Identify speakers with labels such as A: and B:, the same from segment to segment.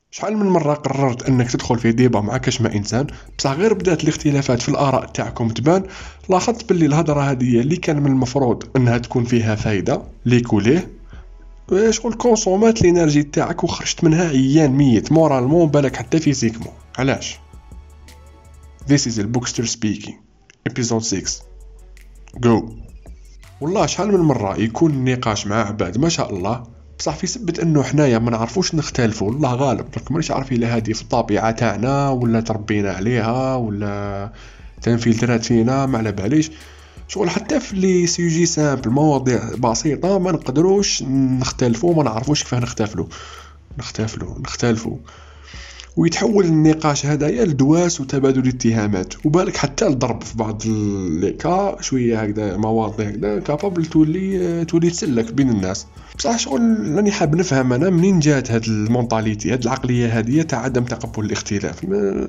A: شحال من مرة قررت انك تدخل في ديبا مع كاش ما انسان، بصح غير بدات الاختلافات في الاراء تاعكم تبان، لاحظت باللي الهضره هذه اللي كان من المفروض انها تكون فيها فايده ليكوليه شغل كونسومات الانرجي تاعك وخرجت منها عيان ميت مورالمون بالك حتى فيزيكمون. علاش؟ This is the Bookster speaking episode 6 go. والله شحال من مرة يكون النقاش مع عباد ما شاء الله، بصح في سبة انه حنايا ما نعرفوش نختلفوا. الله غالب درك مانيش عارف الا هذه في الطبيعة تاعنا ولا تربينا عليها ولا تنفلترات فينا، ما على باليش. شغل حتى في لي سيجي سامبل مواضيع بسيطة ما نقدروش نختلفوا، ما نعرفوش كيفاه نختلفوا ويتحول النقاش هدايا لدواس وتبادل اتهامات، وبالك حتى الضرب في بعض ليكا شويه هكذا مواضيع هكذا كابابل تولي تسلك بين الناس. بصح شغل راني حاب نفهم انا منين جات هاد المونطاليتي، هاد العقليه هذه تاع عدم تقبل الاختلاف.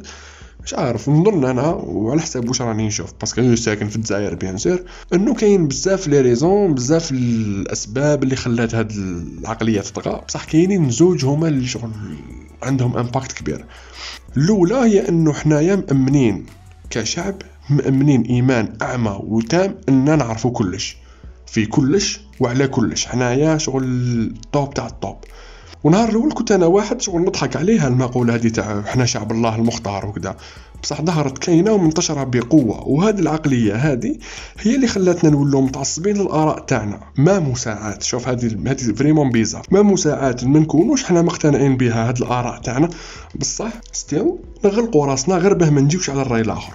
A: مش عارف، نظن انا وعلى حساب واش راني نشوف باسكو ساكن في الجزائر بيان سور انه كاين بزاف لي ريزون، بزاف الاسباب اللي خلات هاد العقليه تطغى. بصح كاينين زوج هما اللي شغل عندهم امباكت كبير. الاولى هي انه حنايا مأمنين كشعب، مأمنين ايمان اعمى وتام اننا نعرفوا كلش في كلش وعلى كلش. حنايا شغل طوب تاع الطوب. ونهار الاول كنت انا واحد شغل نضحك عليها المقوله هذه تاع حنا شعب الله المختار وكذا، بصح ظهرت كاينه ومنتشره بقوه. وهذه العقليه هذه هي اللي خلاتنا نولوا متعصبين للاراء تاعنا، ما مساعات. شوف هذه فريمون بيزار، ما مساعات ما نكونوش حنا مقتنعين بها هذه الاراء تاعنا، بصح ستيل نغلقوا راسنا غير باه ما نجيوش على الراي الاخر.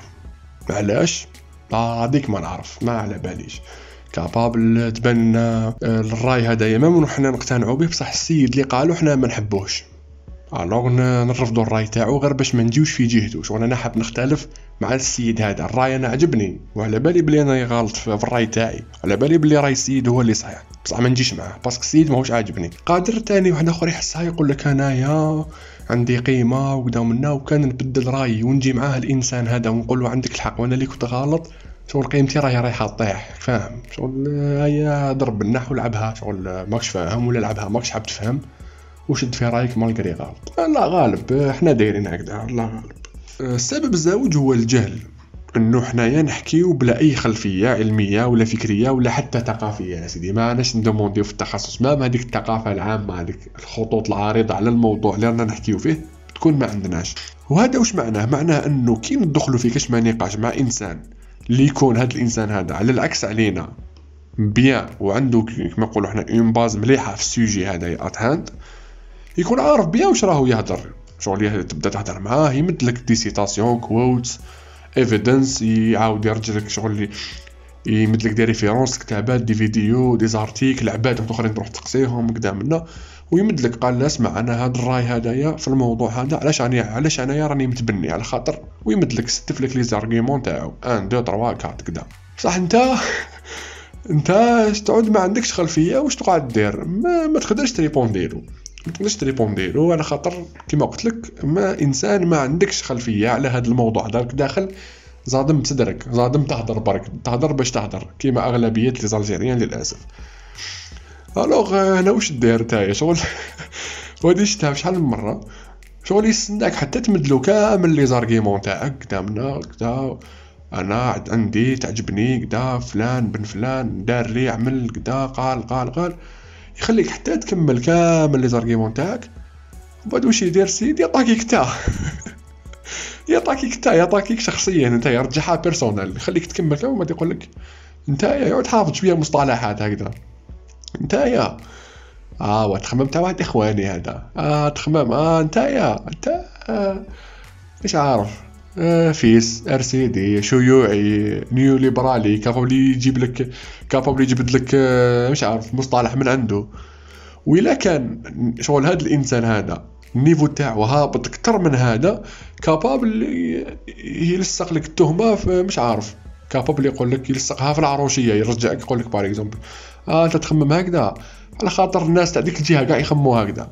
A: علاش؟ هذيك ما نعرف، ما على باليش. كابابل تبان الراي هذايا ما حنا نقتنعوا به، بصح السيد اللي قالوا حنا ما نحبوش، الوغ نرفضوا الراي تاعو غير باش ما نجيوش في جهته. شغل انا حاب نختلف مع السيد هذا، الراي انا عجبني وعلى بالي بلي انا غلط في الراي تاعي، على بالي بلي راي السيد هو اللي صحيح، بصح ما نجيش معاه باسكو السيد ماهوش عاجبني. قادر تاني واحد اخر يحسها يقول لك انايا عندي قيمه وكذا منا، وكان نبدل رايي ونجي معاه الانسان هذا ونقول له عندك الحق وانا اللي كنت غلط، شغل قيمتي راهي رايحه طيح. فاهم؟ شغل هيا ضرب النحو لعبها، شغل ماكش فاهم ولا لعبها ماكش حاب تفهم وشد في رايك مالغري غلط. لا غالب احنا دايرين هكذا. لا غالب السبب الزوج هو الجهل، انه حنايا نحكيو بلا اي خلفيه علميه ولا فكريه ولا حتى ثقافيه. يا سيدي ما ناش ندومونديو في التخصص، ما هذيك الثقافه العامه، هذيك الخطوط العريضه على الموضوع اللي رانا نحكيو فيه تكون ما عندناش. وهذا واش معناه؟ معناه انه كي ندخلوا في كاش ما نقاش مع انسان اللي يكون هذا الانسان هذا على العكس علينا بيان وعنده كما نقولوا احنا اون باز مليحه في السوجي هذا ات يكون عارف بيان واش راهو يهضر. شغل تبدا تهضر معاه يمد لك دي سيتاسيون كوتس ايفيدنس، يعاود يرجع لك شغل يمد لك دي ريفيرونس كتابات دي فيديو دي زارتيكل عباد اخرين تروح تقصيهم قدامنا، ويمد لك قال لا اسمع انا هذا الراي هذايا في الموضوع هذا علاش انا راني متبني على خاطر، ويمد لك ستف لك لي زارغيمون تاعو 1 2 3 4 كذا. بصح انت تعود ما عندكش خلفيه واش تقعد دير، ما تقدرش تريبونديرو على خاطر كما قلت لك ما انسان ما عندكش خلفيه على هذا الموضوع. داخل زادم بصدرك، زادم تهضر برك، تهضر باش تهضر كيما اغلبيه لي زالجيريان للاسف. الوغ انا واش داير تاعي شغل ودي شتها شحال من مره شغل يستناك حتى تمدلو كامل لي زارغيمون تاعك قدامنا كدا، انا عندي تعجبني كدا فلان بن فلان دار لي عمل كدا قال يخليك حتى تكمل كامل لي زارغيمون تاعك. وبعد واش يدير سيدي؟ يعطيك كتا يعطيك شخصيا انت، يرجعها بيرسونال، يخليك تكمل كامل. ما يقول لك انت يعود حافظ شويه مصطلحات هكذا، انت وتخمم تاع واحد اخواني هذا تخمم انت مش عارف فيس ارسيدي شيوعي نيو ليبرالي كابابل يجيب لك مش عارف مصطلح من عنده. وإلا كان شغل هذا الانسان هذا النيفو تاعو هابط اكثر من هذا، كابابل يلصق لك التهمه في مش عارف، كابابل يقول لك يلصقها في العروشيه، يرجعك يقول لك بار اكزومبل انت تخمم هكذا على خاطر الناس تاع ديك الجهه كاع يخمموا هكذا.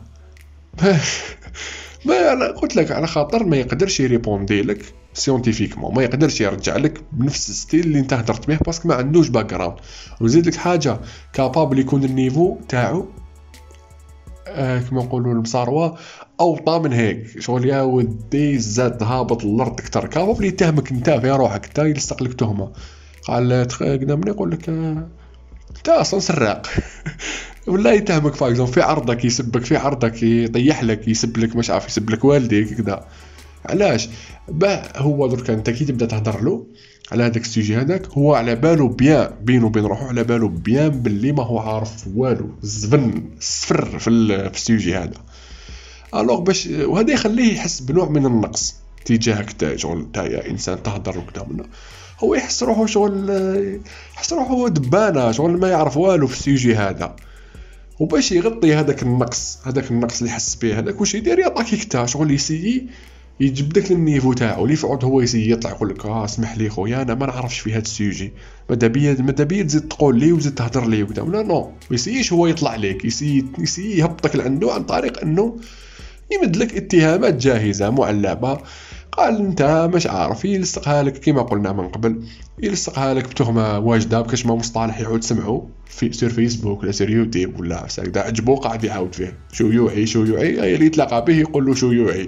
A: ما انا قلت لك على خاطر ما يقدرش يريبوندي لك سيونتيفيكمون، ما يقدرش يرجع لك بنفس الستيل اللي انت هضرت به باسكو ما عندوش باك جراوند. وزيد لك حاجه كابابل يكون النيفو تاعو كما نقولوا المصاروه اوطى من هيك، شغل يا ودي زاد هابط الارض اكثر. كابابل يتهمك انت في روحك، انت يلصق لك تهمه، قال قدام يقول لك انت اصلا سراق ولا يتهمك فاكزون في عرضك، يسبك في عرضك، يطيح لك، يسب لك مش عارف، يسب لك والديك كذا. علاش؟ هو درك انت كي تبدا تهضر له على هذاك السوجي هذاك، هو على بالو بيان بينه وبين روحو، على بالو بيان باللي ما هو عارف والو، الزبن الصفر في السوجي هذا. الوغ باش وهذا يخليه يحس بنوع من النقص تجاهك انت، شغل انت يا انسان تهضر وكذا منه، هو يحس روحو شغل، يحس روحو دبانه، شغل ما يعرف والو في السوجي هذا. وباش يغطي هذاك النقص اللي حس به هذاك، واش يدير؟ يعطيك كتا شغل يسيي يجبدك للنيفو تاعو، اللي يقعد هو يسيي يطلع يقول لك اسمح لي خويا انا ما نعرفش في هذا السوجي، ماذا بيا تزيد تقول لي وزيد تهضر لي وكذا. لا نو، ما يسييش هو يطلع لك، يسيي يهبطك لعنده عن طريق انه يمد لك اتهامات جاهزه معلبه. قال انت مش عارف، يلصقها لك كما قلنا من قبل، يلصقها لك بتهمه واجده بكاش ما مصطلح يعود سمعه في سير فيسبوك ولا سير يوتيوب ولا هكذا، عجبو قاعد يعاود فيه شو يوعي اي اللي يتلاقى به يقول له شو يوعي،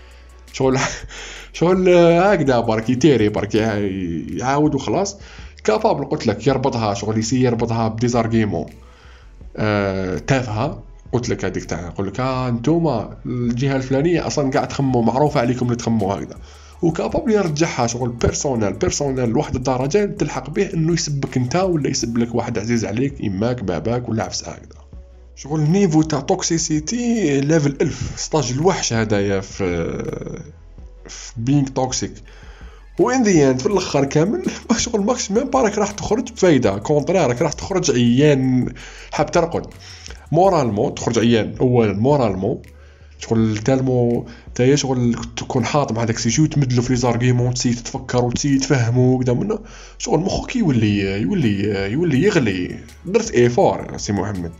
A: شغل هكذا برك يتيري برك يعاود وخلاص. كابابل قلت لك يربطها، شغل يسير يربطها بديزارغيمون تافهه. قلت لك هذيك تاع يقول لك انتوما الجهه الفلانيه اصلا قاعد تخموا، معروفه عليكم اللي تخموا هكذا، وكابابل يرجعها شغل بيرسونال لواحد الدرجه تلحق به انه يسبك انت ولا يسب لك واحد عزيز عليك، اماك باباك ولا عفسه هكذا. شغل النيفو تاع توكسيسيتي ليفل 1000، ستاج الوحش هذايا في بينغ توكسيك. وين ذا اند في الاخر كامل شغل ماكش ميم بارك راح تخرج بفايده، كونتريرك راح تخرج عيان حاب ترقد مورالمون، تخرج عيان اولا مورالمون، شغل تالمو تاهي شغل تكون حاط مع داك السيجي وتمدلو في لي زارغيمون، تسي تفكر وتسي تفهمو كدا منه، شغل مخك يولي يغلي. درت ايفور سي محمد،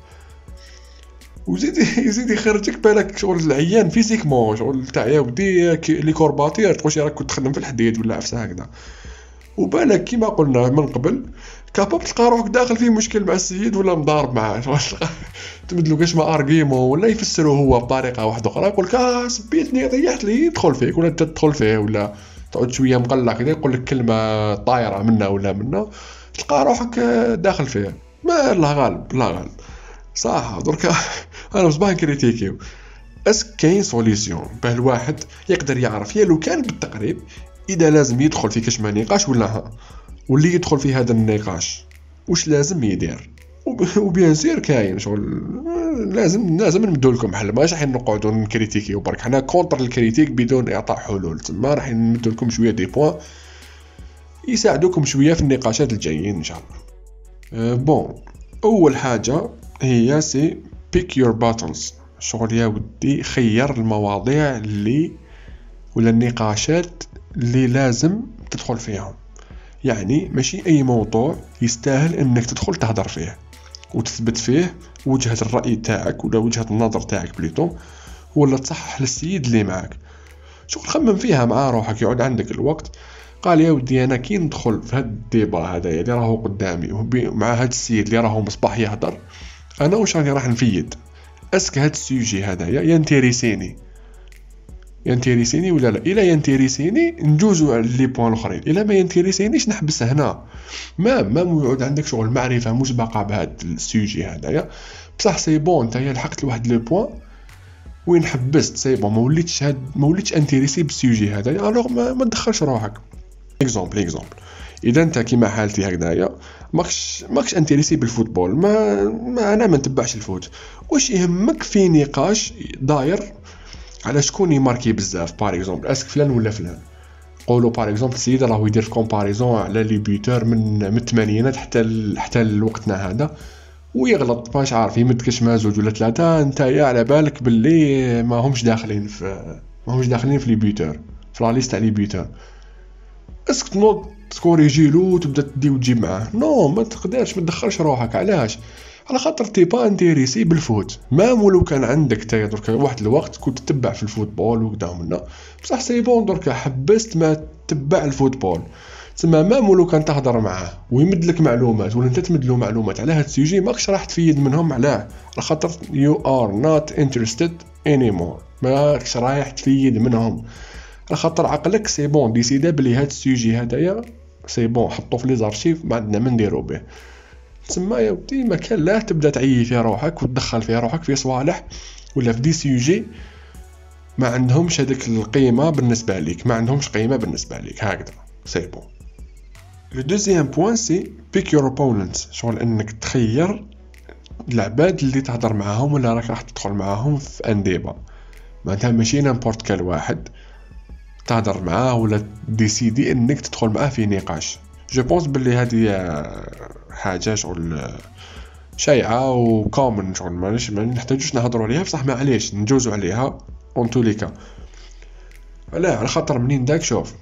A: يزيد يخرجك بالك شغل العيان فيزيكمون، شغل تاع يا ودي لي كورباتير تقولش راك كنت تخدم في الحديد ولا عفسه هكذا. وبالك كيما قلنا من قبل كابابل تلقى روحك داخل فيه مشكل مع السيد ولا مضارب معاه، تمدلو كاش ما ارغيمون ولا يفسروا هو بطريقه واحده اخرى، يقول لك سبيتني طيحت لي، يدخل فيك ولا انت تدخل فيه، ولا تقعد شويه مقلق كذا يقول لك كلمه طايره منا ولا منا، تلقى روحك داخل فيه. ما لا غالب صح. درك انا مصباح كريتيكيو اسك كاين سوليسيون باه الواحد يقدر يعرف يا لو كان بالتقريب اذا لازم يدخل في كاش ما نقاش ولا ها، واللي يدخل في هذا النقاش واش لازم يدير. وبيان سير كاين شغل لازم نمدو لكم حل، ماشي راح نقعدوا نكريتيكيو برك، حنا كونتر الكريتيك بدون اعطاء حلول، تما راح نمدو لكم شويه دي بوين يساعدوكم شويه في النقاشات الجايين ان شاء الله. بون اول حاجه هي سي بيك يور باتلز، شغل يا ودي خير المواضيع اللي ولا النقاشات اللي لازم تدخل فيهم. يعني ماشي اي موضوع يستاهل انك تدخل تهدر فيه وتثبت فيه وجهة الرأي تاعك ولا وجهة النظر تاعك بليتو، ولا تصحح للسيد اللي معك. شغل خمم فيها مع روحك، يقعد عندك الوقت. قال يا ودي انا كي ندخل في هاد الديبا هذا اللي راهو قدامي مع هاد السيد اللي راهو مصباح يهدر، انا واش راني راح نفيد؟ اسك هاد السوجي هذايا ينتيريسيني ولا لا؟ الا ينتيريسيني نجوزو على لي بوين الاخرين، الا ما ينتيريسينيش نحبس هنا. ما يعود عندك شغل معرفه مسبقه بهاد السوجي هذايا، بصح سي بون نتايا لحقت لواحد لو بوين وين حبست سي بون، ما وليتش انتيريسي بالسوجي هذايا، الوغ ما تدخلش روحك. اكزومبل اذا انت كيما حالتي هكذايا ماكش انتريسي بالفوتبول، ما انا ما نتبعش الفوت، واش يهمك في نقاش داير على شكون يماركي بزاف؟ بار اكزومبل اسك فلان ولا فلان، قولوا بار اكزومبل السيد راهو يدير في كومباريزون على لي بيوتور من الثمانينات حتى لوقتنا هذا، ويغلط باش عارف يمد كاش ما زوج ولا ثلاثه، انت يا على بالك باللي ما همش داخلين في لي بيوتور في لا ليست تاع لي بيوتور، اسك تنوض تكوريجيلو وتبدا تدي وتجيب معاه؟ نو ما تقدرش، ما تدخلش روحك. علاش؟ على خاطر تي با انتريسي بالفوت. ما ولو كان عندك تا درك واحد الوقت كنت تتبع في الفوتبول وكذا منا، بصح سي بون درك حبست ما تتبع الفوتبول. تسمى ما مولو كان تهضر معاه ويمد لك معلومات ولا انت تمد له معلومات على هاد السوجي ماكش راح تفيد منهم. علاه؟ على خاطر you are not interested anymore، ماكش رايح تفيد منهم على خاطر عقلك سي بون ديسيدا بلي هاد السوجي هدايا سي بون حطو في لي زارشيف ما عندنا ما نديرو به. تسمى يا ودي ما كان لا تبدا تعيي في روحك وتدخل في روحك في صوالح ولا في دي سوجي ما عندهمش هذيك القيمه بالنسبه ليك، ما عندهمش قيمه بالنسبه ليك. هكذا سي بون. لو دوزيام بوين سي بيك يور اوبوننت، شغل انك تخير العباد اللي تهضر معاهم ولا راك راح تدخل معاهم في ان ديبا. معناتها ماشي نامبورت كال واحد تهضر معاه ولا ديسيدي انك تدخل معاه في نقاش. جو بونس بلي هذه حاجه شغل شائعه وكومن، شغل ما نحتاجوش نهضروا عليها بصح ما عليش نجوزوا عليها اون توليكا. علاه؟ على خاطر منين داك شوف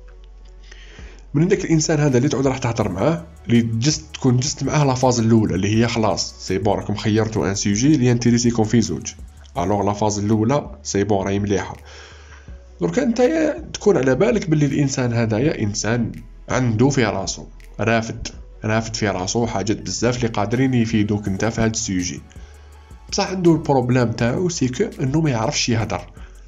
A: من داك الانسان هذا اللي تعود راح تهضر معاه اللي تكون جست معاه لا فاز الاولى اللي هي خلاص سي بون راكم خيرتوا ان سوجي اللي انتريسيكم في زوج، الوغ لا فاز الاولى سي بون راهي مليحه. درك انت تكون على بالك باللي الانسان هذايا انسان عنده في راسو رافد في راسو حاجات بزاف اللي قادرين يفيدوك انت في هذا السوجي، بصح عنده البروبليم تاعو سيكو انه ما يعرفش يهضر،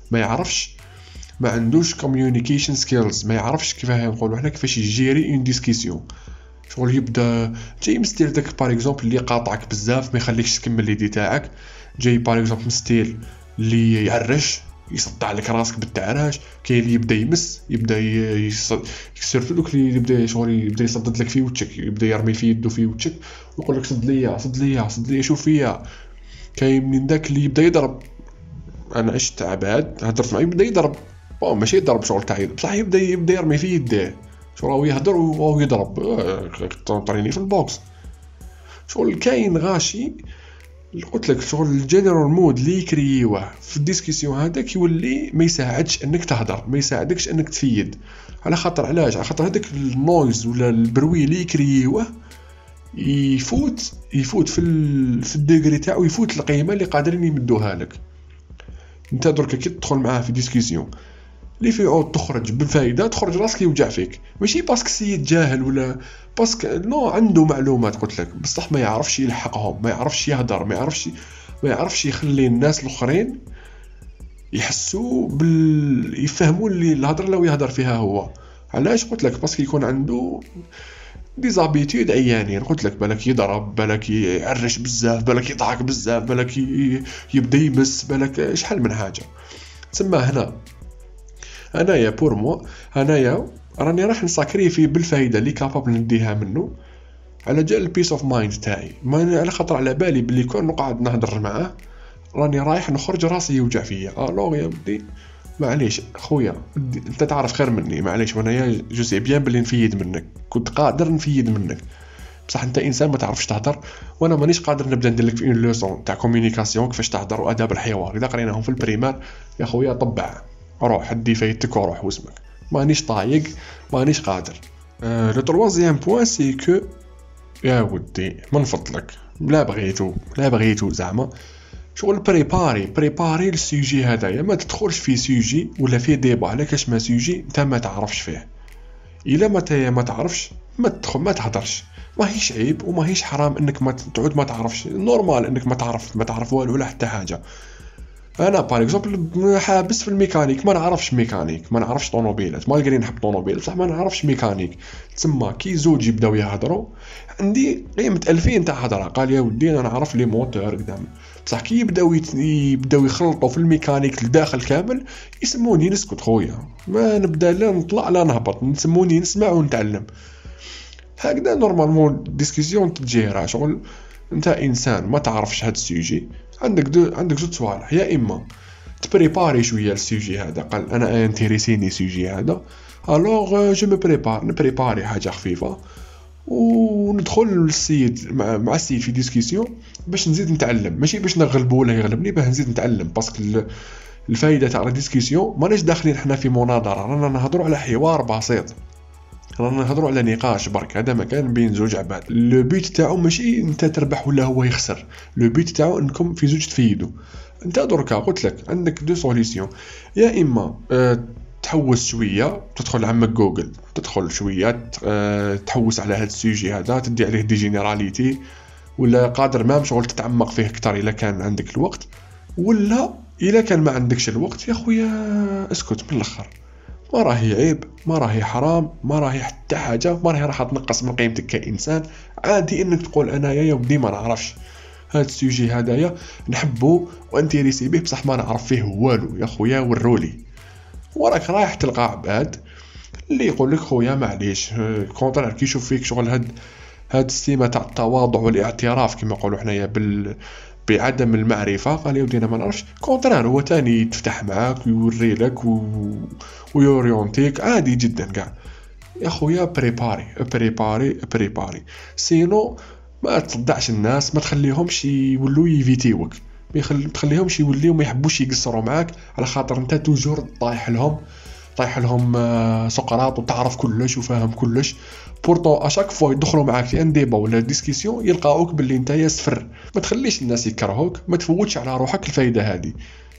A: ما عندوش communication skills، ما يعرفش كيفاه نقولوا حنا كيفاش يجيري اون ديسكسيون. شغل يبدا جاي مستير داك باغ اكزومبل اللي قاطعك بزاف ما يخليكش تكمل ليدي تاعك، جاي باغ اكزومبل مستير اللي يعرش يصدع لك راسك بالتعراش، كاين اللي يبدا يمس يبدا يسيرتو دوك اللي يبدا يصدد لك في وجهك، يبدا يرمي في يده في وجهك ويقول لك صد ليا شوف فيا. كاين من داك اللي يبدا يضرب، انا عشت عباد هضرت معاه يبدا يضرب ماشي يضرب شغل تاع بصح يبدا يرمي في يديه، شغل هو يهضر وهو يضرب طريني في البوكس. شغل كاين غاشي قلت لك شغل الجنرال مود اللي يكريوه في الديسكسيون هذاك يولي ما يساعدش انك تهضر، ما يساعدكش انك تفيد. على خاطر علاش؟ على خاطر هذاك النويز ولا البروي اللي يكريوه يفوت في الديغري تاعو، يفوت القيمه اللي قادرين يمدوها لك. انت درك كي تدخل معاه في ديسكسيون اللي في عود تخرج بالفائده، تخرج راسك يوجع فيك، ماشي باسكو سيد جاهل ولا باسكو نو عنده معلومات قلت لك بصح ما يعرفش يلحقهم، ما يعرفش يهضر، ما يعرفش يخلي الناس الاخرين يحسوا يفهموا اللي الهضره اللي يهضر فيها هو. علاش؟ قلت لك باسكو يكون عنده دي زابيتود عيانين، قلت لك بالك يضرب، بالك يعرش بزاف، بالك يضحك بزاف، بالك يبدا يمس، بالك شحال من حاجه. تسمى هنايا بور مو هنايا راني راح نساكري فيه بالفايده اللي كابابل نديها منه على جال البيس اوف مايند تاعي، ما على خاطر على بالي باللي كون نقعد نهضر معاه راني رايح نخرج راسي يوجع فيا. الوغ يا ودي معليش خويا انت تعرف خير مني، معليش وانا جو سي بيان بلي نفيد منك، كنت قادر نفيد منك بصح انت انسان ما تعرفش تهضر، وانا مانيش قادر نبدا ندير لك في اون لوسون تاع كومونيكاسيون كيفاش تهضر واداب الحوار. اذا قريناهم في البريمار يا خويا طبع روح دي فايتك وروح واسمك، مانيش طايق مانيش قادر. لو تروازيام بوين سي كو يا ودي من فضلك لا بغيتو زعما شغل بريباري السوجي هذايا، ما تدخلش في سوجي ولا في ديبا على كاش ما سوجي انت ما تعرفش فيه. الا ما تعرفش ما تدخل ما تهضرش، ماهيش عيب وماهيش حرام انك ما تعود ما تعرفش، نورمال انك ما تعرف والو ولا حتى حاجه. انا باغ اكزومبل حابس في الميكانيك، ما نعرفش ميكانيك، ما نعرفش طونوبيلات، ما لقيت نحب طونوبيل بصح ما نعرفش ميكانيك. تسمى كي زوج يبداو يهضروا عندي قيمه 2000 تاع هضره، قال يا ودي انا نعرف لي موتور قدام، بصح كي يبداو يخلطوا في الميكانيك الداخل كامل يسموني نسكت خويا، ما نبدا لا نطلع لا نهبط، نسموني نسمع ونتعلم. هكذا نورمالمون ديسكسيون تجيرها. شغل انت انسان ما تعرفش هاد السوجي، عندك زوج صوالح، يا اما تبريباري شويه السوجي هذا، قال انا انتريسيني السوجي هذا الوغ جو نبريباري حاجه خفيفه وندخل للسيد مع السيد في ديسكسيون باش نزيد نتعلم، ماشي باش نغلبه ولا يغلبني، باش نزيد نتعلم. باسكو الفائده تاع الديسكسيون ماناش داخلين حنا في مناظره، رانا نهضروا على حوار بسيط، رانا نهضروا على نقاش برك، هذا مكان بين زوج عباد. لو بيت تاعو ماشي انت تربح ولا هو يخسر، لو بيت تاعو انكم في زوج تفيدوا. انت دركا قلت لك عندك دو سوليسيون، يا اما تحوس شويه، تدخل عمك جوجل، تدخل شويه تحوس على هذا السوجي هذا، تدي عليه دي جينيراليتي، ولا قادر ما شغل تتعمق فيه اكثر الا كان عندك الوقت، ولا الا كان ما عندكش الوقت يا خويا اسكت من الاخر. ما راهي عيب، ما راهي حرام، ما راهي حتى حاجه، ما راهي راح تنقص من قيمتك كانسان. عادي انك تقول انايا يا ودي ما نعرفش هاد السوجي هدايا، نحبه وانتيريسي به بصح ما نعرف فيه والو يا خويا ورولي. وراك رايح تلقى عباد اللي يقول لك خويا معليش كونطرير كي يشوف فيك شغل هاد السيمه تاع التواضع والاعتراف كما نقولوا حنايا بعدم المعرفه، قال يا ودي انا ما نعرفش، كونطرير هو تاني يتفتح معاك ويوري لك ويوريونتيك عادي جدا كاع. يا خويا بريباري سينو ما تصدعش الناس، ما تخليهمش يولوا يفيتيوك، ما تخليهمش يوليو ما يحبوش يقصروا معاك، على خاطر انت توجور طايح لهم سقراط وتعرف كلش وفاهم كلش. بورطو اشاك فوا يدخلوا معاك في ان ديبا ولا ديسكسيون يلقاوك باللي نتايا صفر. ما تخليش الناس يكرهوك، ما تفوتش على روحك الفايده هذه.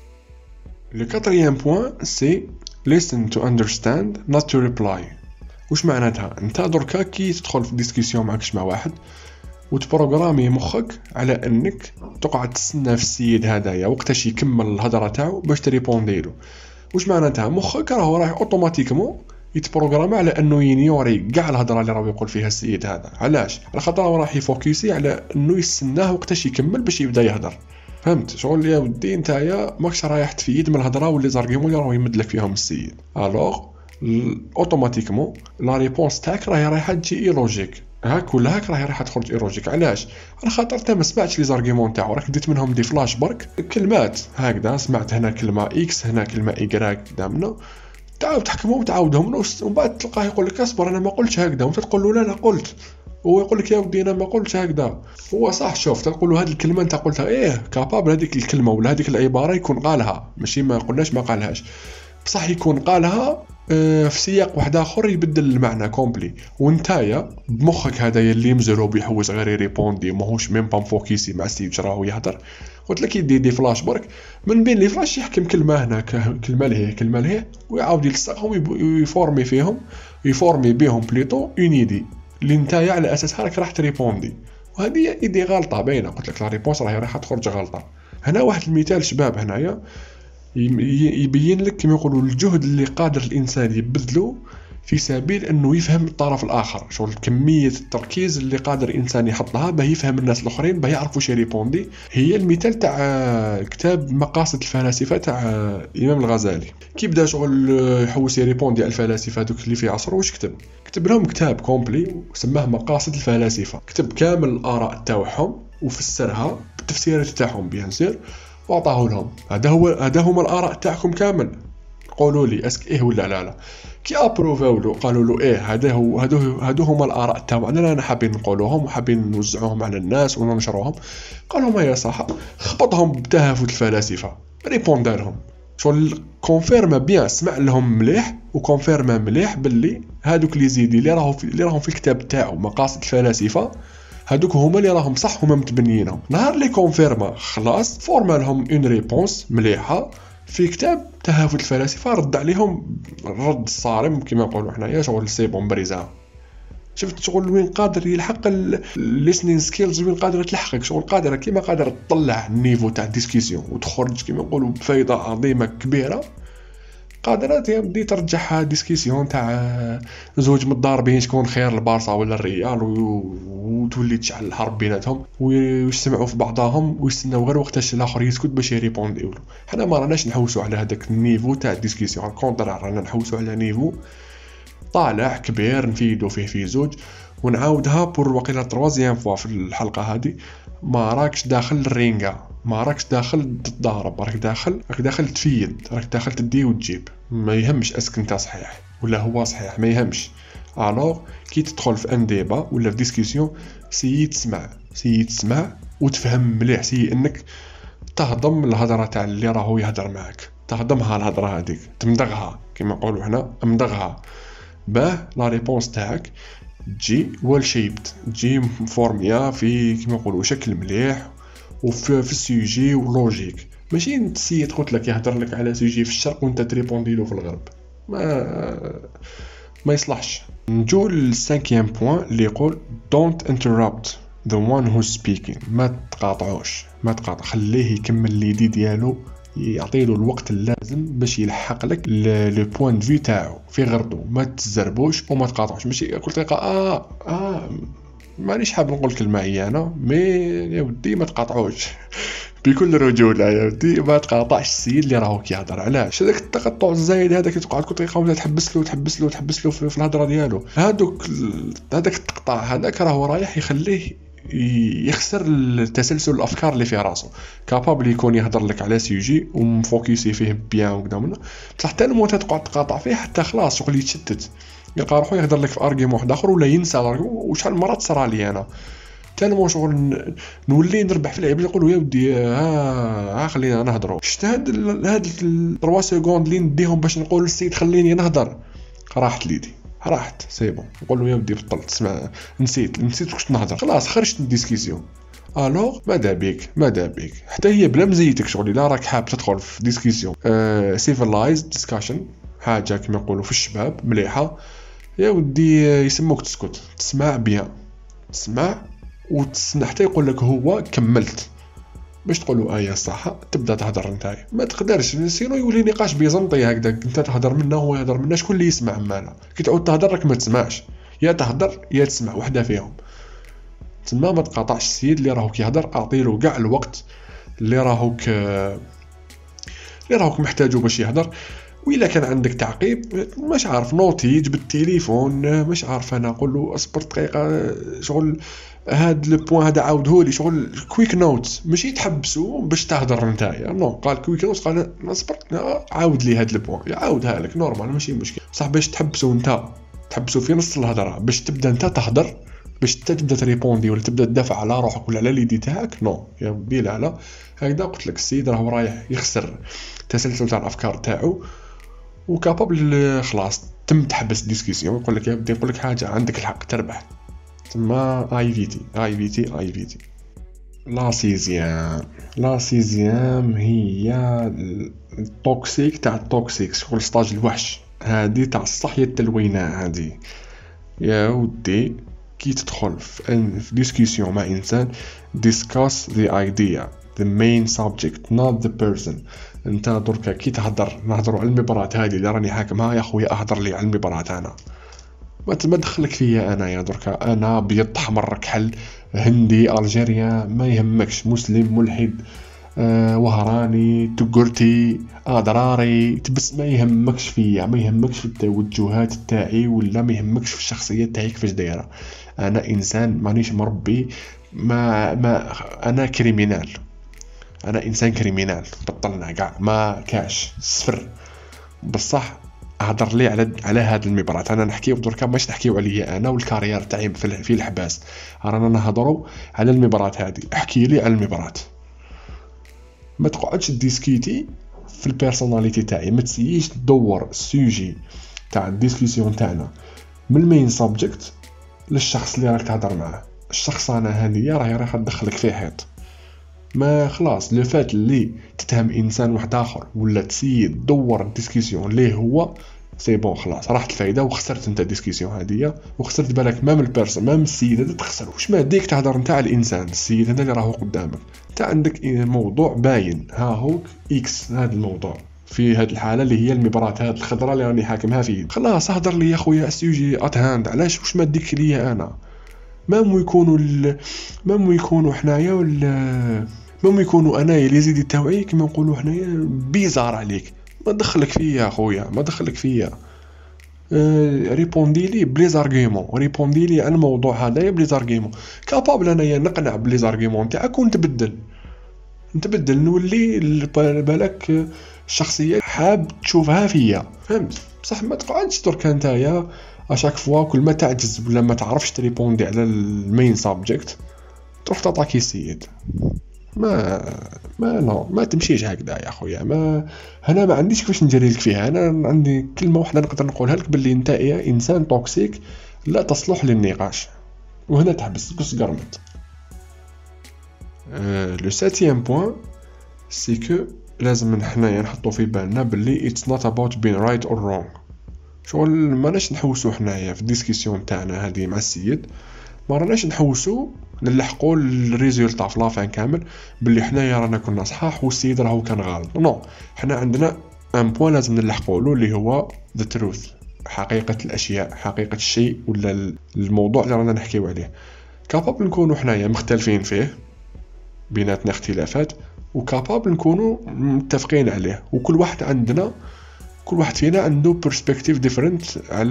A: لو كاتريام بوين سي listen to understand not to reply. وش معناتها؟ انت دركا كي تدخل في ديسكسيون معكش مع واحد وتبروغرامي مخك على انك تقعد تستنى في السيد هدايا وقتاش يكمل الهضره تاعو باش تريبوندي له. وش معناتها؟ مخك راهو اوتوماتيكمون يتبروغرامي على انه ينيوري كاع الهضره اللي راهو يقول فيها السيد هذا. علاش؟ على خاطر راح يفوكسي على انه يستناه وقتاش يكمل باش يبدا يهضر. فهمت شغل يا ودي نتايا ماكش رايح تفيد من الهضره واللي زارغيمون اللي راهو يمد لك فيهم السيد. الوغ اوتوماتيكمون لا ريبونس تاعك راهي رايحه تجي لوجيك، هاك ولا هاك راهي رايحه تخرج لوجيك. علاش؟ على خاطر انت ما سمعتش لي زارغيمون تاعو، راك ديت منهم دي فلاش برك كلمات هكذا، سمعت هنا كلمه اكس هنا كلمه ايكراك قدامنا، تعاود تحكمهم وتعاودهم ومن بعد تلقاه يقول لك اصبر انا ما قلتش هكذا، وانت تقول له لا قلت، هو يقول لك يا ودي انا ما قلتش هكذا. هو صح شوف تقول له هذه الكلمه انت قلتها كابابل هذيك الكلمه ولا هذيك العباره يكون قالها، ماشي ما قلناش ما قالهاش، بصح يكون قالها في سياق واحد اخر يبدل المعنى كومبلي. وانتايا بمخك هذايا اللي مزرو بيحوس غير يريبوندي ماهوش ميم با مفوكيسي مع السيد راهو يهضر، قلت لك يدي دي فلاش برك من بين لي فلاش يحكم كلمه هنا كلمه لهيه ويعاود يلصقهم ويفورمي فيهم، يفورمي بهم بليطو اون ايدي اللي نتايا على اساسها راك راح تريبوندي. وهذه ايدي غلطه باينه، قلت لك لا ريبونس راهي راح تخرج غلطه. هنا واحد المثال شباب هنايا يبين لك كما يقولوا الجهد اللي قادر الانسان يبذله في سبيل انه يفهم الطرف الاخر، شغل كميه التركيز اللي قادر الانسان يحط لها باه يفهم الناس الاخرين باه يعرفوا واش يريبوندي. هي المثال تاع كتاب مقاصد الفلاسفه تاع الامام الغزالي، كي بدا شغل يحوس يريبوندي على الفلاسفه دوك اللي في عصره. واش كتب لهم كتاب كومبلي وسماه مقاصد الفلاسفه، كتب كامل الاراء تاعهم وفسرها بالتفسيرات تاعهم بيان سير وعطاه لهم. هذا هما الاراء تاعكم كامل، قولوا لي اسك ولا لا. كي ابروفاو له قالوا له هادو هما الاراء تاعنا انا حابين نقولوهم وحابين نوزعوهم على الناس وننشروهم. قالوا ما يا صح، خبطهم بتهافت الفلاسفه، ريبوندا لهم شغل كونفيرما بيان، سمع لهم مليح وكونفيرما مليح باللي هادوك لي زيدي اللي راهم في الكتاب تاعو مقاصد الفلاسفه هادوك هما اللي راهم صح، هما متبنيينهم. نهار لي كونفيرما خلاص فورما لهم اون ريبونس مليحه في كتاب تهافت الفلاسفه، رد عليهم الرد الصارم كما نقولوا حنايا شغل سي بون بريزا. شفت شغل وين قادر يلحق الليسنين سكيلز، وين قادر تلحقك شغل قادر كيما قادر تطلع النيفو تاع الديسكسيون وتخرج كيما نقولوا بفايده عظيمه كبيره، قادرات يبدي ترجعها ديسكسيون تاع زوج متضاربين شكون خير البارسا ولا الريال وتولي تشعل الحرب بيناتهم ويسمعوا في بعضهم ويستناو غير وقتاش الاخر يسكت باش يريبونديو له. حنا ما راناش نحوسوا على هذاك النيفو تاع الديسكسيون، كونطرا رانا نحوسوا على نيفو طالع كبير نفيدو فيه في زوج. ونعاودها بور وقيله تروازيام فوا في الحلقه هذه، ما راكش داخل الرينغا، ما راكش داخل تتضارب، راك داخل تفيد، راك داخل تدي وتجيب. ما يهمش اسك انت صحيح ولا هو صحيح، ما يهمش. الوغ كي تدخل في ان ديبا ولا في ديسكسيون سيي تسمع وتفهم مليح، سيي انك تهضم الهضره تاع اللي راهو يهضر معك، تهضمها الهضره هذيك، تمضغها كما نقولوا هنا، امضغها باه لا ريبونس تاعك تجي ويل شيبت، تجي مفورميا في كما نقولوا شكل مليح وفي السوجي ولوجيك. ماشي نسيت قلت لك يهضر لك على سوجي في الشرق وانت تريبوندي له في الغرب، ما يصلحش. نجو للسانكيام بوين اللي يقول don't interrupt the one who's speaking. ما تقاطعوش، ما تقاطع، خليه يكمل ليدي ديالو، يعطيله الوقت اللازم باش يلحق لك لو بوين دو في تاعو في غرضو. ما تزربوش وما تقاطعوش، ماشي كل دقيقه مانيش حاب نقول كلمه هي انا مي يا ودي ما تقاطعوش بكل رجوله يا ودي ما تقاطعش السيد اللي راهو كيهضر. علاش هذاك التقطع الزايد هذاك تقعد كل دقيقه ولا تحبس له في الهضره ديالو. هذاك التقطع هذاك راهو رايح يخليه يخسر التسلسل الافكار اللي في راسه. كابابل يكون يهضر لك على سيجي ومفوكسي فيه بيان وقدامنا، بصح حتى لما تقعد تقاطع فيه حتى خلاص شغل يتشتت، يلقى روحو يهضر لك في ارغيومون واحد اخر ولا ينسى الارغيومون. وشحال مرات صرا لي انا تالمو شغل نولي نربح في العيب، نقولوا يا ودي خلينا نهضروا. شفت هاد 3 سكوند اللي نديهم باش نقول للسيد خليني نهضر، راحت ليدي، راحت سي بون. نقول له يا ودي بطلت، اسمع نسيت واش نهضر، خلاص خرجت من الديسكسيون. الوغ ماذا بيك حتى هي بلا مزيتك شغل الا راك حاب تدخل في ديسكسيون سيفلايزد ديسكشن، حاجه كما يقولوا في الشباب مليحه، يا ودي يسموك تسكت، تسمع بيان، تسمع وتسنى حتى يقول لك هو كملت، باش تقولوا يا صح تبدا تهضر نتايا. ما تقدرش سينو يولي نقاش بيزنطي هكذا، انت تهضر منه وهو يهضر منه، شكون اللي يسمع مالا؟ كي تعود تهضر راك ما تسمعش، يا تهضر يا تسمع، وحده فيهم. تما ما تقاطعش السيد اللي راهو كيهضر، اعطيله كاع الوقت اللي راهوك محتاجه باش يهضر. وإلا كان عندك تعقيب مش عارف نوتيج بالتليفون، مش عارف انا نقول له اصبر دقيقه شغل هاد لو بوين هذا عاودهولي، شغل كويك نوت، ماشي تحبسوا باش تهضر نتايا، نو قال كويك نوت، قال اصبر عاود لي هاد لو بوين، يعاودها لك نورمال ماشي مشكل، صح باش تحبسوا انت، تحبسوا في نص الهضره باش تبدا انت تهضر، باش تبدا تريبوندي ولا تبدا تدافع على روحك ولا على ليدي تاعك. نو يا ودي لا هكذا قلت لك السيد راهو رايح يخسر تسلسل تاع الافكار تاعو، وكابابل خلاص تم تحبس الديسكسيون. يقول لك يا بدي نقول لك حاجه، عندك الحق تربح. تما اي في تي. لا سيزيام هي التوكسيك تاع التوكسيك، شغل ستاج الوحش هذه تاع الصحيه التلوينه هذه. يا ودي كي تدخل في ديسكسيون مع انسان، discuss the idea, the main subject, not the person. انت دركا كي نهضروا على المباراة هذه اللي راني حاكمها، يا خويا اهضر لي على المباراة انا، ما تدخلك فيا انا، يا دركا انا ابيض احمر كحل هندي الجيريا ما يهمكش، مسلم ملحد وهراني تقرتي ضراري تبس، ما يهمكش فيا، ما يهمكش في التوجهات تاعي، ولا ما يهمكش في الشخصيه تاعي كيفاش دايره. انا انسان مانيش مربي، ما انا كريمينال، انا انسان كريمينال، بطلنا كاع ما كاش صفر. بصح اهضر لي على هذا المباراة، انا نحكيو دركا ماشي نحكيو عليا انا والكارير تاعي في الحباس، رانا نهضروا على المباراة هذه، احكي لي على المباراة، ما تقعدش ديسكيتي في البيرسوناليتي تاعي، ما تسييش تدور السوجي تاع الديسكسيون تاعنا من المين سبجكت للشخص اللي راك تهضر معاه. الشخص انا هذه راح تدخلك في حيط، ما خلاص لو فات اللي تتهم انسان واحد اخر ولا تسيي تدور الديسكسيون ليه هو سي بون، خلاص راحت الفايده وخسرت انت الديسكسيون هذه، وخسرت بالك مام البيرسون مام السيد هذا تخسر. واش ما ديك تهضر نتاع الانسان السيد هذا اللي راهو قدامك، انت عندك موضوع باين، ها هوك اكس هذا الموضوع في هذه الحاله اللي هي المباراه هذه الخضراء اللي راني حاكمها فيه، خلاص اهضر لي يا خويا السوجي اتهاند. علاش واش ما ديك ليا انا؟ مامو يكونوا حنايا ولا مامو يكونوا انايا لي زيدي تاوعي كما نقولوا حنايا بيزار عليك، ما دخلك فيا خويا، ما دخلك فيا. ريبوندي لي بليزارغيمون، ريبوندي لي على الموضوع هذايا بليزارغيمون، كابابل انايا نقنع بليزارغيمون تاعك ونتبدل نولي بالك الشخصيه حاب تشوفها فيا، فهمت؟ بصح ما تقعدش درك نتايا اشاك فوا كل ما تعجز ولا ما تعرفش تريبوندي على المين سابجكت تروح تعطاكي السيد. ما تمشيش هكذا يا خويا، ما هنا ما عنديش كيفاش نجري لك فيها. انا عندي كلمه واحده نقدر نقولها لك، باللي انت انسان توكسيك لا تصلح للنقاش، وهنا تحبس بس قرمت. لو ساتيام بوين سي كو لازم حنايا نحطو في بالنا باللي it's not about being right or wrong. شغل ما راناش نحوسو حنايا في الديسكسيون تاعنا هذه مع السيد، ما راناش نحوسو نلحقوا الريزولطا في لافان كامل باللي حنايا رانا كنا صحاح والسيد راهو كان غلط. نو، حنا عندنا ان بوين لازم نلحقوا له اللي هو ذا تروث، حقيقه الاشياء، حقيقه الشيء ولا الموضوع اللي رانا نحكيو عليه. كابابل نكونوا حنايا مختلفين فيه، بيناتنا اختلافات، وكابابل نكونوا متفقين عليه، وكل واحد عندنا، كل واحد فينا عنده برسبكتيف ديفرنت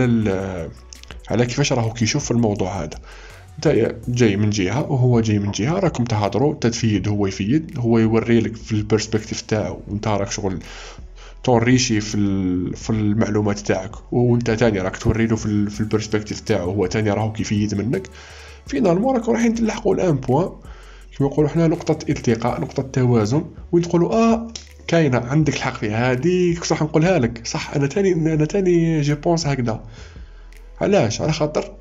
A: على كيفاش راهو كيشوف الموضوع هذا. انت جاي من جهه وهو جاي من جهه، راكم تهضروا، تفيد، هو يفيد، هو يوري لك في البرسبكتيف تاعو وانت راك شغل توريشي في المعلومات تاعك، وانت تاني راك توري له في البرسبكتيف تاعو، هو تاني راهو كيفيد منك. فينالمون راكم رايحين تلحقوا الان بوين كما نقولوا حنا نقطه التقاء، نقطه توازن، وين تقولوا كاينه عندك الحق في هذيك، صح نقولها لك صح، انا تاني جو بونس هكذا. علاش؟ على خاطر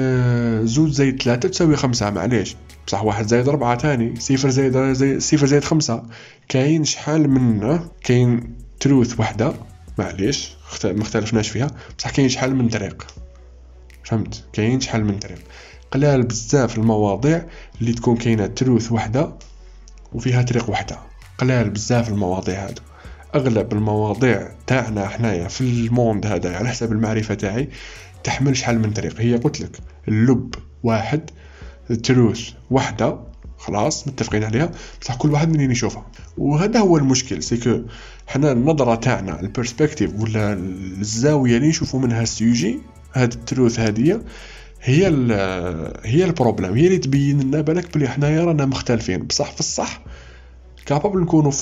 A: 2 زائد 3 تساوي 5، معليش، بصح 1 زائد 4 تاني، 0 زائد 5، كاين شحال منه، كاين تروث وحده، معليش ما اختلفناش فيها، بصح كاين شحال من طريق، فهمت؟ كاين شحال من طريق. قلال بزاف المواضيع اللي تكون كاينه تروث وحده وفيها طريق وحده، قلال بزاف المواضيع هادو. اغلب المواضيع تاعنا حنايا في الموند هذا على حسب المعرفه تاعي تحمل شحال من طريق. هي قلت لك اللب واحد، التروث وحده، خلاص متفقين عليها، بصح كل واحد منين يشوفها. وهذا هو المشكل، سيكو حنا النظره تاعنا، البرسبكتيف ولا الزاويه اللي نشوفوا منها السوجي، هاد التروث هذه هي البروبليم، هي اللي تبين لنا بالك بلي حنايا رانا مختلفين. بصح في الصح كابابل نكونوا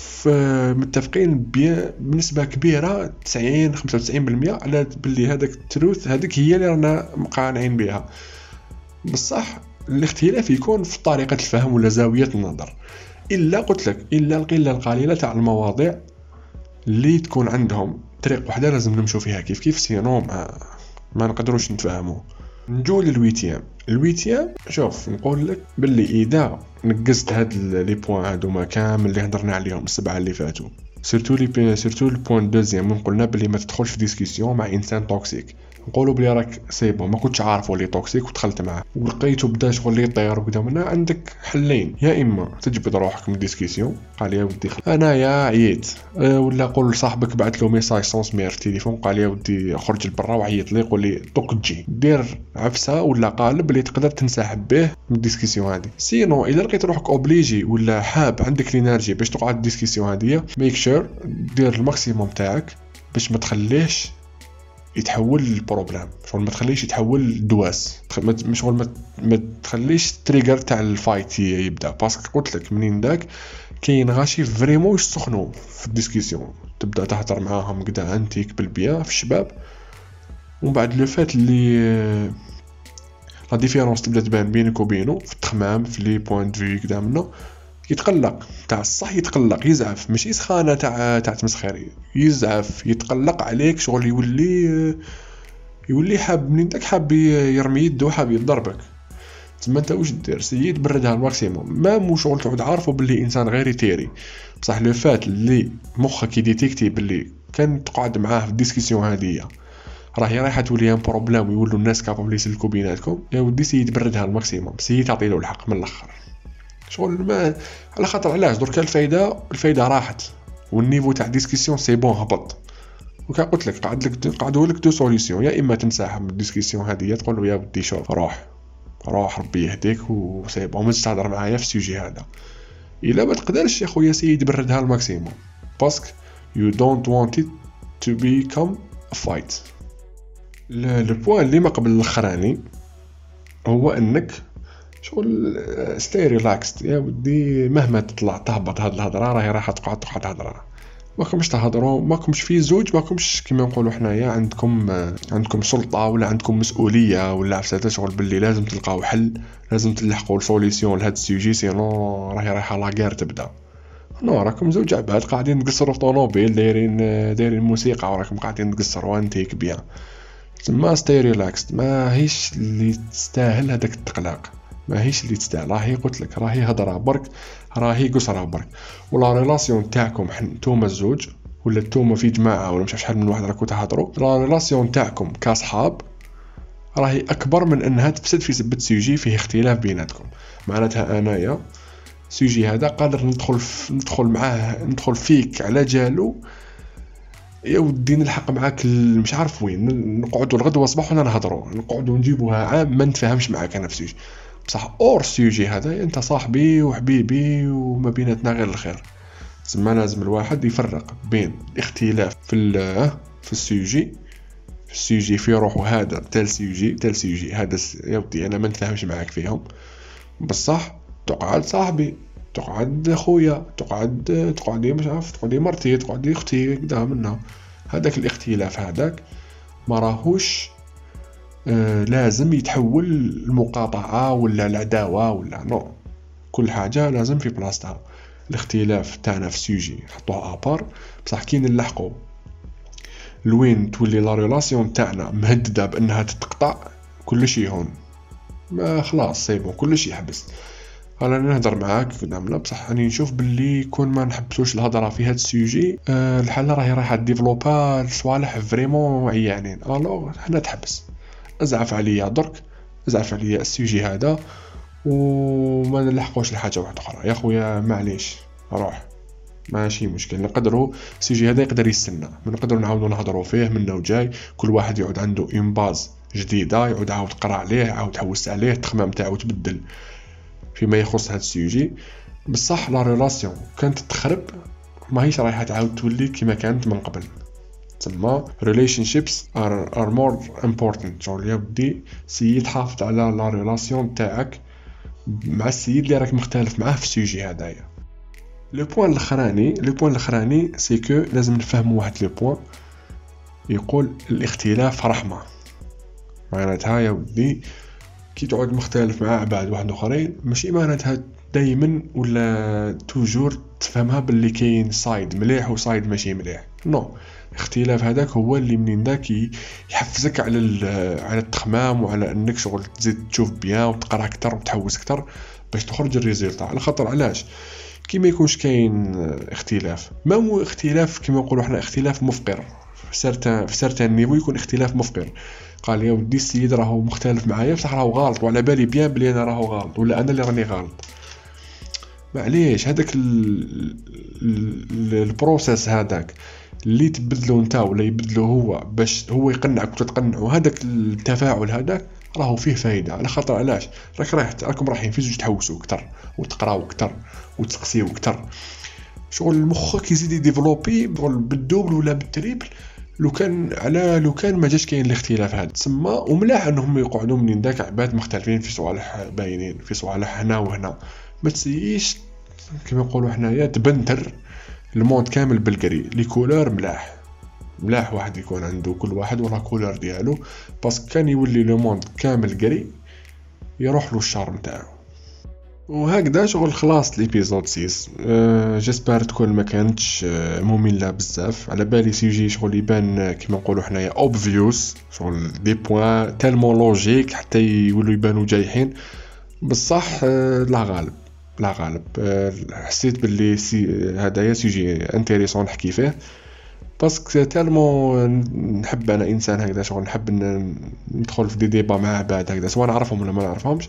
A: متفقين بنسبه كبيره 90-95% على باللي هذاك التروث هذيك هي اللي رانا مقانعين بها. بصح الاختلاف يكون في طريقه الفهم ولا زاويه النظر. الا قلت لك، الا القله القليله تاع المواضيع اللي تكون عندهم طريق واحده لازم نمشوا فيها كيف سينو ما نقدروش نتفاهموا. نجو للويتيام. شوف نقول لك باللي اذا نقزت هاد لي بوين هادو ما كامل اللي هضرنا عليهم السبعه اللي فاتوا، سورتو البوين دوزيام من قلنا باللي ما تدخلش في ديسكسيون مع انسان توكسيك، نقولوا بلي راك سيبو ما كنتش عارفه لي توكسيك ودخلت معاه ولقيته بدا شغل لي طير وكذا، منها عندك حلين، يا اما تجبد روحك من الديسكسيون، قال يا ودي انايا عييت، ولا قول لصاحبك بعث له ميساج سونس مير في التليفون، قال يا ودي خرج لبرا وعيط لي قول لي دوك تجي، دير عفسه ولا قالب اللي تقدر تنسحب به من الديسكسيون هذه. سينو الا لقيت روحك اوبليجي ولا حاب عندك لينرجي باش تقعد الديسكسيون هذه، ميك شور دير الماكسيموم تاعك باش ما تخليش يتحول للبروبلام، شغل ما تخليش يتحول للدواس، شغل ما تخليش التريجر تاع الفايت يبدا، باسكو قلت لك منين داك كاين غاشي فريمون يسخنوا في الديسكسيون، تبدا تهضر معاهم كدا انتيك بالبيان في الشباب، ومن بعد لو فات اللي لا ديفيرونس تبدا تبان بينك وبينه في التخمام في لي بوين دو في كدا منه، يتقلق تاع الصح، يتقلق يزعف، ماشي سخانه تاع تمسخير، يزعف يتقلق عليك، شغل يولي حاب منين داك حاب يرمي يده، حاب يضربك. تما انت واش دير؟ سيد بردها الماكسيموم، ما مو شغل تعود عارفه باللي انسان غير يتيري، بصح لو فات اللي مخك يديتيكتي باللي كان تقعد معاه في الديسكسيون هذه راهي رايحه تولي ان بروبليم ويولوا الناس كابابل يسلكوا بيناتكم، يا ودي سيد بردها الماكسيموم، سيد تعطي له الحق من الاخر، شغل ما على خاطر علاش درك الفايده راحت والنيفو تاع ديسكسيون سي بون هبط. وكا قلت لك قعدوا لك دو سوليوشن، يا اما تنسحب من الديسكسيون هذه تقول له يا ودي شوف روح ربي يهديك وسي بون ما تهضر معايا في السوجي هذا. الا ما تقدرش يا خويا سيدي بردها الماكسيموم، باسكو you don't want it to become a fight. لو بوين اللي ما قبل الاخراني هو انك شغل ستي ريلاكست، يا ودي مهما تطلع تهبط هاد الهضره راهي راح تقعد تهضر، ماكمش تهضروا، ماكمش في زوج، ماكمش كيما نقولوا حنايا عندكم سلطه ولا عندكم مسؤوليه ولا عفسه، شغل باللي لازم تلقاو حل، لازم تلحقوا السوليسيون لهاد السوجي، سينو راهي رايحه لاغير تبدا. نو راكم زوج عباد قاعدين تقصروا في طونوبيل، دايرين موسيقى وراكم قاعدين تقصروا انتيك بيان، تما ستي ريلاكست، ماهيش اللي تستاهل هذاك التقلاق، ماهيش اللي تستاهل، راهي قلت لك راهي هضره برك، راهي قصره برك، ولا ريلاسيون تاعكم نتوما الزوج ولا نتوما في جماعه ولا مش عارف شحال من واحد راكو تهضروا، لا ريلاسيون تاعكم كاصحاب راهي اكبر من انها تفسد في سبت سوجي فيه اختلاف بيناتكم. معناتها انايا سوجي هذا قادر ندخل معاه، ندخل فيك على جالو يا ودي، نلحق معاك مش عارف وين، نقعدوا الغدوه صباح ولا نهضروا، نقعدوا نجيبوها عام ما نتفاهمش معاك انا في سوجي، بصح اور سوجي هذا انت صاحبي وحبيبي وما بيناتنا غير الخير. تسمى لازم الواحد يفرق بين الاختلاف في السوجي، في روحه هذا تال سوجي هذا يا ودي انا ما نتفاهمش معاك فيهم، بصح تقعد صاحبي، تقعد خويا، تقعد مش عارف، تقعد مرتي، تقعد اختي كذا منها. هذاك الاختلاف هذاك ما راهوش لازم يتحول المقاطعة ولا العداوة ولا نو، كل حاجة لازم في بلاصتها. الاختلاف تاعنا في سوجي نحطوه ابار، بصح كي نلحقو لوين تولي لا ريلاسيون تاعنا مهددة بانها تتقطع كلشي يهون، ما خلاص سيبو كلشي يحبس. انا نهضر معاك قدامنا، بصح راني نشوف باللي كون ما نحبسوش الهضره في هاد السوجي الحاله راهي رايحه ديفلوبا صوالح فريمون عيانين. الوغ حنا تحبس، ازعف عليا درك، ازعف عليا السوجي هذا وما نلحقوش لحاجه واحده اخرى يا خويا، معليش روح ماشي مشكل. نقدروا السوجي هذا يقدر يستنى، نقدروا نعاودوا نهضروا فيه منه وجاي، كل واحد يعود عنده اون باز جديده، يعود عاود قرا عليه، عاود حوس عليه، التخمام تاعو تبدل فيما يخص هاد السوجي. بصح لا ريلاسيون كانت تخرب ماهيش رايحه تعاود تولي كما كانت من قبل. تسمى relationships are more important. شغل يا ودي سيي تحافظ على لا ريلاسيون تاعك مع السيد اللي راك مختلف معاه في السوجي هذايا. لو بوين الاخراني سي كو لازم نفهموا واحد لو بوين، يقول الاختلاف رحمه. معناتها يا ودي كي تقعد مختلف مع عباد واحد اخرين ماشي معناتها دايما ولا توجور تفهمها باللي كاين سايد مليح وسايد ماشي مليح، نو. الاختلاف هذاك هو اللي منين داك يحفزك على التخمام وعلى انك شغل تزيد تشوف بيان وتقرا اكثر وتحوس اكثر باش تخرج الريزلت. على خاطر علاش كي ما يكونش كاين اختلاف، ما هو اختلاف كما نقولوا احنا اختلاف مفقر في سارتان نيفو، يكون اختلاف مفقر. قال يا ودي السيد راهو مختلف معايا بصح راهو غلط وعلى بالي بيان بلي انا راهو غلط ولا انا اللي راني غلط. معليش هذاك البروسيس هذاك اللي تبدلو نتا ولا يبدلو هو باش هو يقنعك وتتقنعوا، هذاك التفاعل هذاك راهو فيه فايده. على خاطر علاش راكم رايحين في زوج تحوسوا اكثر وتقراو اكثر وتسقسيو اكثر، شغل مخك يزيد يديفلوبي بالدوبل ولا بالتريبل لو كان ما جاش كاين الاختلاف هذا. تسمى وملاح انهم يقعدوا منين داك عباد مختلفين في صوالح باينين، في صوالح هنا وهنا، ما تسييش كما نقولوا حنايا تبنتر الموند كامل بالقري. لي كولور ملاح واحد يكون عنده كل واحد ولا كولور ديالو، باسكو كان يولي لو موند كامل قري يروح له الشارم تاعو. وهكذا شغل خلاص ليبيزود 6. جيسبر تكون ما كانتش مملة بزاف. على بالي سيجي شغل يبان كما نقولوا حنايا اوبفيوس، شغل دي بوين تالمون لوجيك حتى يولوا يبانوا جايحين، بصح لا غالب حسيت باللي هذايا سيجي انتريسون نحكي فيه، باسكو تالمون نحب انا انسان هكذا، شغل نحب ندخل في دي ديبا مع عباد هكذا سواء نعرفهم ولا ما نعرفهمش.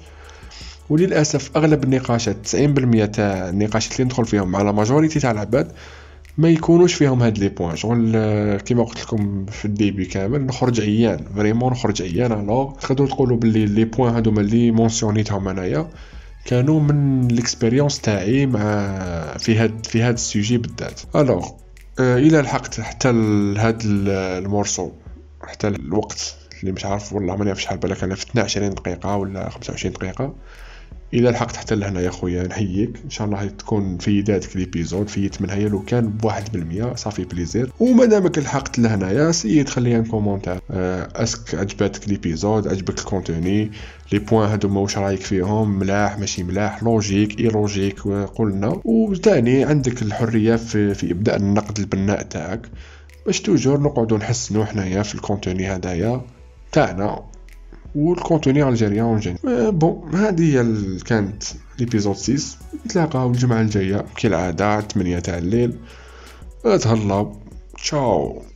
A: وللاسف اغلب النقاشات 90% تاع النقاشات اللي ندخل فيهم مع لا ماجوريتي تاع العباد ما يكونوش فيهم هاد لي بوين. شغل كيما قلت لكم في الديبي كامل نخرج عيان، فريمون نخرج عيان. الوغ تقدروا تقولوا باللي لي بوين هادو اللي مونسيونيتهم انايا كانوا من الاكسبيريونس تاعي مع في هاد السوجي بالذات. الوغ الى لحقت حتى لهاد المورسو، حتى الوقت اللي مش عارف والله ما نعرف شحال بالك انا في 22 دقيقه ولا 25 دقيقه، الى لحقت حتى لهنا يا خويا نحييك. ان شاء الله تكون فيداتك ليبيزود فيت من هيا لو كان ب1% صافي بليزير. وما دامك لحقت لهنايا سيت خلي ان كومونتير اسك عجبتك ليبيزود، عجبك الكونتوني، لي بوين هادو واش رايك فيهم، ملاح ماشي ملاح، لوجيك اي لوجيك قلنا. وثاني عندك الحريه في ابداء النقد البناء تاعك باش توجور نقعدوا نحسنوا حنايا في الكونتوني هدايا تاعنا والكونتوني الجيريان جن. بون هذه كانت ليبيزود 6. نتلاقاو الجمعه الجايه كالعاده 8 تاع الليل. تهلاو تشاو.